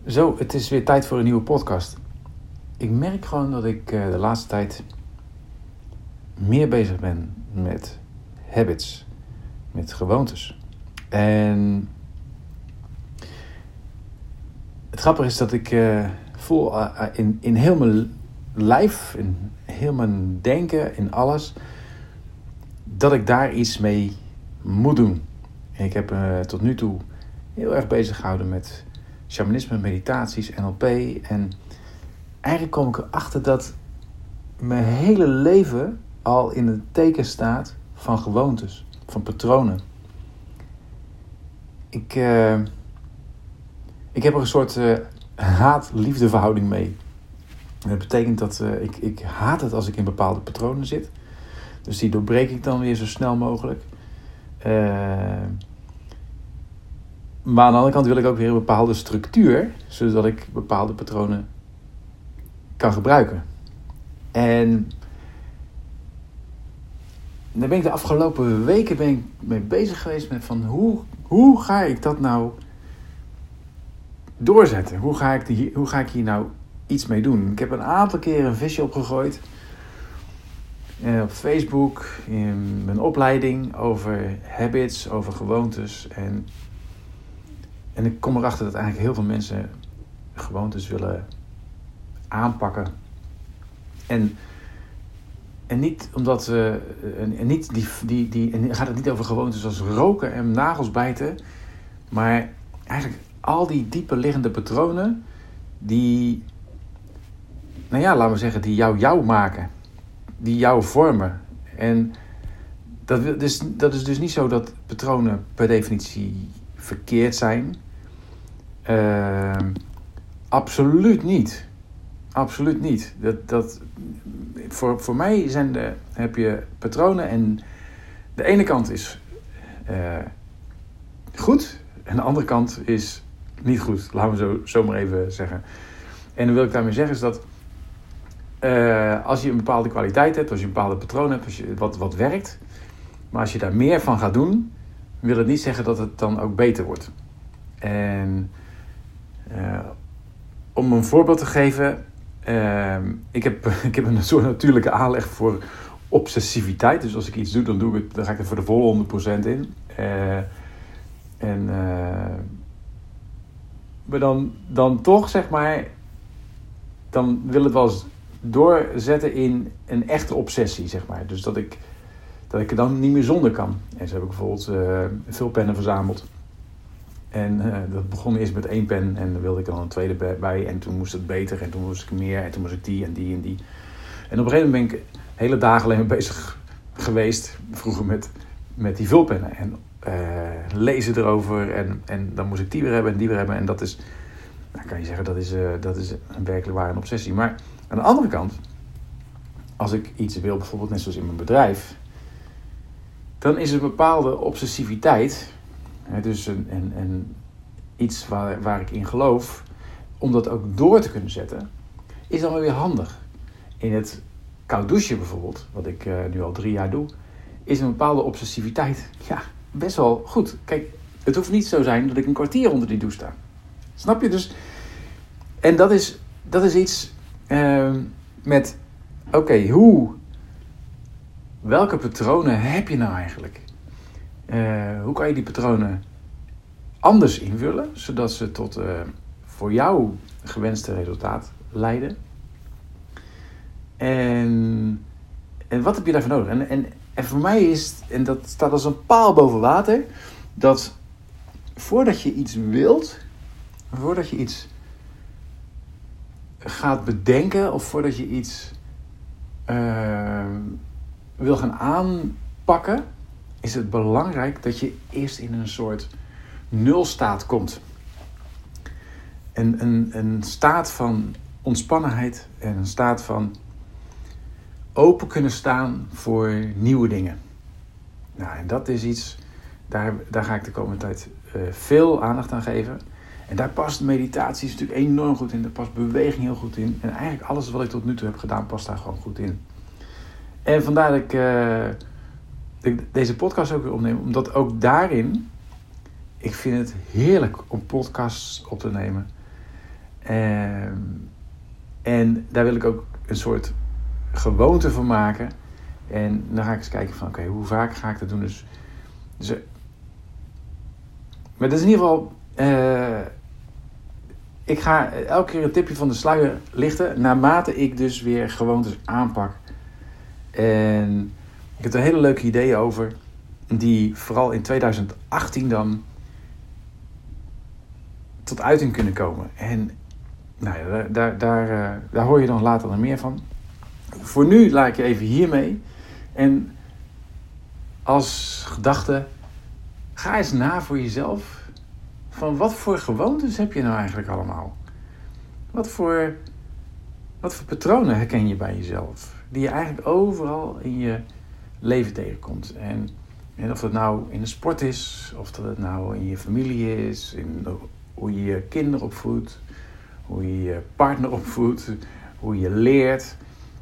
Zo, het is weer tijd voor een nieuwe podcast. Ik merk gewoon dat ik de laatste tijd meer bezig ben met habits, met gewoontes. En het grappige is dat ik voel in heel mijn lijf, in heel mijn denken, in alles, dat ik daar iets mee moet doen. En ik heb tot nu toe heel erg bezig gehouden met shamanisme, meditaties, NLP. En eigenlijk kom ik erachter dat mijn hele leven al in het teken staat van gewoontes, van patronen. Ik heb er een soort haat-liefde verhouding mee. En dat betekent dat ik haat het als ik in bepaalde patronen zit. Dus die doorbreek ik dan weer zo snel mogelijk. Maar aan de andere kant wil ik ook weer een bepaalde structuur, zodat ik bepaalde patronen kan gebruiken. En daar ben ik de afgelopen weken mee bezig geweest met van hoe ga ik dat nou doorzetten? Hoe ga ik hier nou iets mee doen? Ik heb een aantal keren een visje opgegooid op Facebook, in mijn opleiding over habits, over gewoontes. En ik kom erachter dat eigenlijk heel veel mensen gewoontes willen aanpakken. En niet omdat en gaat het niet over gewoontes als roken en nagels bijten, maar eigenlijk al die dieper liggende patronen die, laten we zeggen, die jou maken, die jou vormen. En dat is dus niet zo dat patronen per definitie verkeerd zijn. Absoluut niet. Absoluut niet. Voor mij heb je patronen en de ene kant is goed en de andere kant is niet goed. Laten we zo maar even zeggen. En dan wil ik daarmee zeggen is dat als je een bepaalde kwaliteit hebt, als je een bepaalde patroon hebt, als je wat werkt, maar als je daar meer van gaat doen, wil het niet zeggen dat het dan ook beter wordt. En om een voorbeeld te geven, ik heb een soort natuurlijke aanleg voor obsessiviteit. Dus als ik iets doe, dan ga ik er voor de volle 100% in. Maar dan toch, zeg maar, dan wil het wel eens doorzetten in een echte obsessie, zeg maar. Dus dat ik er dan niet meer zonder kan. En zo heb ik bijvoorbeeld veel pennen verzameld. En dat begon eerst met 1 pen en dan wilde ik dan een tweede bij. En toen moest het beter en toen moest ik meer en toen moest ik die en die en die. En op een gegeven moment ben ik hele dagen alleen maar bezig geweest, vroeger met die vulpennen. En lezen erover en dan moest ik die weer hebben en die weer hebben. En dat is, kan je zeggen, dat is een werkelijk waar een obsessie. Maar aan de andere kant, als ik iets wil, bijvoorbeeld net zoals in mijn bedrijf, dan is er een bepaalde obsessiviteit. Dus een iets waar ik in geloof, om dat ook door te kunnen zetten, is dan weer handig. In het koud douchen bijvoorbeeld, wat ik nu al 3 jaar doe, is een bepaalde obsessiviteit best wel goed. Kijk, het hoeft niet zo zijn dat ik een kwartier onder die douche sta. Snap je? Dus, en dat is iets met, welke patronen heb je nou eigenlijk? Hoe kan je die patronen anders invullen, zodat ze tot voor jou gewenste resultaat leiden? En wat heb je daarvoor nodig? En voor mij is, en dat staat als een paal boven water, dat voordat je iets wilt, voordat je iets gaat bedenken of voordat je iets wil gaan aanpakken, is het belangrijk dat je eerst in een soort nulstaat komt. Een staat van ontspannenheid en een staat van open kunnen staan voor nieuwe dingen. Nou, en dat is iets, daar ga ik de komende tijd veel aandacht aan geven. En daar past meditatie natuurlijk enorm goed in. Daar past beweging heel goed in. En eigenlijk alles wat ik tot nu toe heb gedaan, past daar gewoon goed in. En vandaar dat ik deze podcast ook weer opneem. Omdat ook daarin, ik vind het heerlijk om podcasts op te nemen. En daar wil ik ook een soort gewoonte van maken. En dan ga ik eens kijken van, oké, hoe vaak ga ik dat doen? Maar dat is in ieder geval... ik ga elke keer een tipje van de sluier lichten, naarmate ik dus weer gewoontes aanpak. En ik heb er hele leuke ideeën over, die vooral in 2018 dan tot uiting kunnen komen. En nou ja, daar hoor je dan later nog meer van. Voor nu laat ik je even hiermee. En als gedachte, ga eens na voor jezelf. Van wat voor gewoontes heb je nou eigenlijk allemaal? Wat voor patronen herken je bij jezelf? Die je eigenlijk overal in je leven tegenkomt. En of dat nou in de sport is, of dat het nou in je familie is, in hoe je je kinderen opvoedt, hoe je je partner opvoedt, hoe je leert.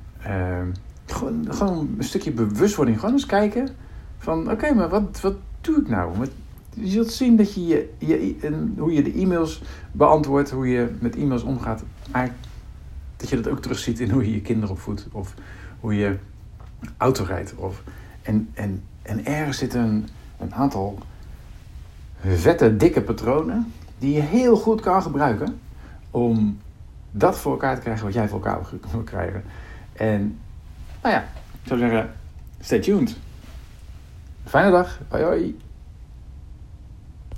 Gewoon een stukje bewustwording. Gewoon eens kijken van, oké, maar wat doe ik nou? Je zult zien dat hoe je de e-mails beantwoordt, hoe je met e-mails omgaat, eigenlijk dat je dat ook terugziet in hoe je je kinderen opvoedt of hoe je auto rijdt. En ergens zitten een aantal vette, dikke patronen die je heel goed kan gebruiken om dat voor elkaar te krijgen wat jij voor elkaar wil krijgen. En nou ja, ik zou zeggen, stay tuned. Fijne dag. Hoi hoi.